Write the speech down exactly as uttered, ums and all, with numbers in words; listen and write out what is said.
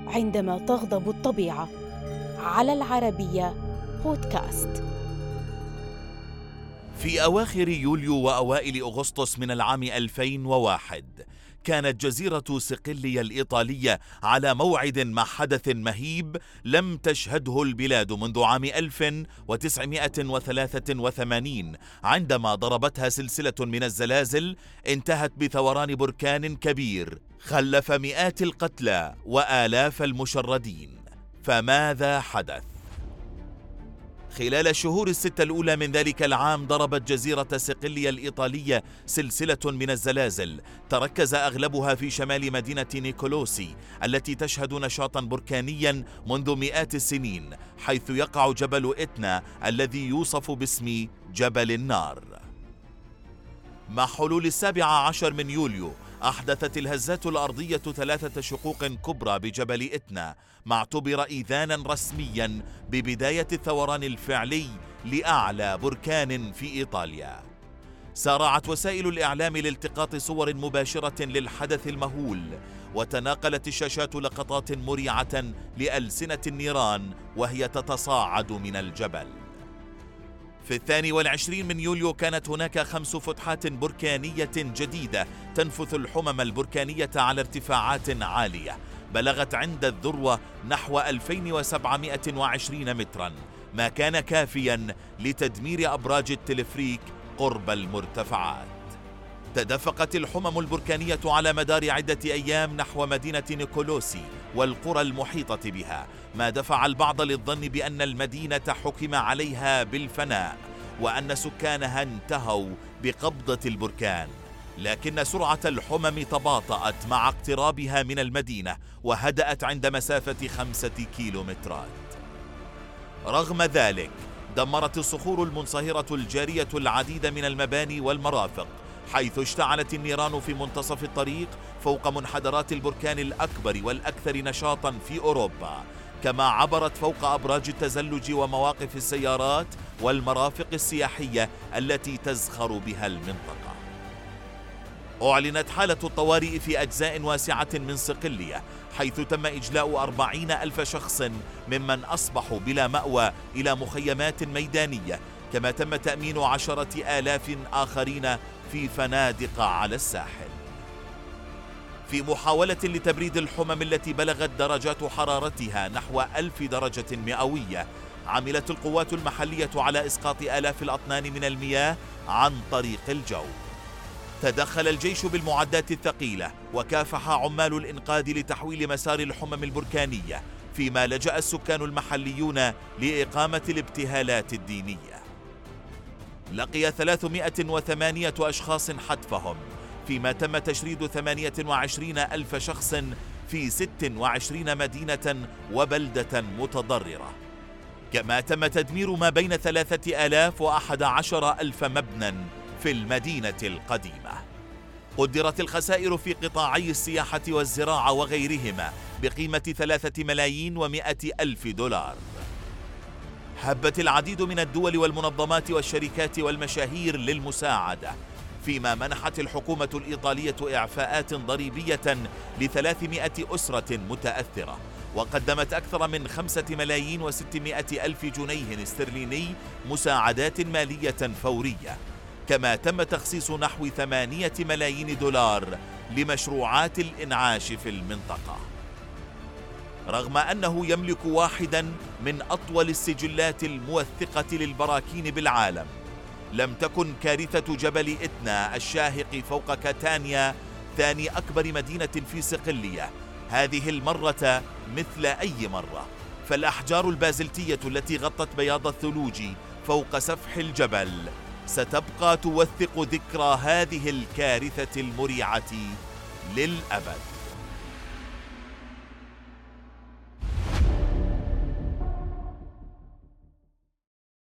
عندما تغضب الطبيعة، على العربية بودكاست. في أواخر يوليو وأوائل أغسطس من العام ألفين وواحد كانت جزيرة صقلية الإيطالية على موعد مع حدث مهيب لم تشهده البلاد منذ عام ألف وتسعمائة وثلاثة وثمانين، عندما ضربتها سلسلة من الزلازل انتهت بثوران بركان كبير خلف مئات القتلى وآلاف المشردين. فماذا حدث؟ خلال الشهور الستة الأولى من ذلك العام ضربت جزيرة صقلية الإيطالية سلسلة من الزلازل تركز أغلبها في شمال مدينة نيكولوسي التي تشهد نشاطا بركانيا منذ مئات السنين، حيث يقع جبل إتنا الذي يوصف باسم جبل النار. مع حلول السابع عشر من يوليو أحدثت الهزات الأرضية ثلاثة شقوق كبرى بجبل إتنا، ما اعتبر إذانا رسميا ببداية الثوران الفعلي لأعلى بركان في إيطاليا. سارعت وسائل الإعلام لالتقاط صور مباشرة للحدث المهول، وتناقلت الشاشات لقطات مريعة لألسنة النيران وهي تتصاعد من الجبل. في الثاني والعشرين من يوليو كانت هناك خمس فتحات بركانية جديدة تنفث الحمم البركانية على ارتفاعات عالية بلغت عند الذروة نحو ألفين وسبعمائة وعشرين مترا، ما كان كافيا لتدمير أبراج التلفريك قرب المرتفعات. تدفقت الحمم البركانية على مدار عدة أيام نحو مدينة نيكولوسي والقرى المحيطة بها، ما دفع البعض للظن بأن المدينة حكم عليها بالفناء وأن سكانها انتهوا بقبضة البركان. لكن سرعة الحمم تباطأت مع اقترابها من المدينة وهدأت عند مسافة خمسة كيلومترات. رغم ذلك دمرت الصخور المنصهرة الجارية العديد من المباني والمرافق، حيث اشتعلت النيران في منتصف الطريق فوق منحدرات البركان الأكبر والأكثر نشاطا في أوروبا، كما عبرت فوق أبراج التزلج ومواقف السيارات والمرافق السياحية التي تزخر بها المنطقة. أعلنت حالة الطوارئ في أجزاء واسعة من صقلية، حيث تم إجلاء أربعين ألف شخص ممن أصبحوا بلا مأوى إلى مخيمات ميدانية، كما تم تأمين عشرة آلاف آخرين في فنادق على الساحل. في محاولة لتبريد الحمم التي بلغت درجات حرارتها نحو ألف درجة مئوية، عملت القوات المحلية على إسقاط آلاف الأطنان من المياه عن طريق الجو. تدخل الجيش بالمعدات الثقيلة وكافح عمال الإنقاذ لتحويل مسار الحمم البركانية، فيما لجأ السكان المحليون لإقامة الابتهالات الدينية. لقي ثلاثمائة وثمانية أشخاص حتفهم، فيما تم تشريد ثمانية وعشرين ألف شخص في ست وعشرين مدينة وبلدة متضررة، كما تم تدمير ما بين ثلاثة آلاف وأحد عشر ألف مبنى في المدينة القديمة. قدرت الخسائر في قطاعي السياحة والزراعة وغيرهما بقيمة ثلاثة ملايين ومائة ألف دولار. هبت العديد من الدول والمنظمات والشركات والمشاهير للمساعدة، فيما منحت الحكومة الإيطالية إعفاءات ضريبية لثلاثمائة أسرة متأثرة، وقدمت أكثر من خمسة ملايين وستمائة ألف جنيه استرليني مساعدات مالية فورية، كما تم تخصيص نحو ثمانية ملايين دولار لمشروعات الإنعاش في المنطقة. رغم أنه يملك واحدا من أطول السجلات الموثقة للبراكين بالعالم، لم تكن كارثة جبل إتنا الشاهق فوق كاتانيا ثاني أكبر مدينة في صقلية هذه المرة مثل أي مرة، فالأحجار البازلتية التي غطت بياض الثلوج فوق سفح الجبل ستبقى توثق ذكرى هذه الكارثة المريعة للأبد.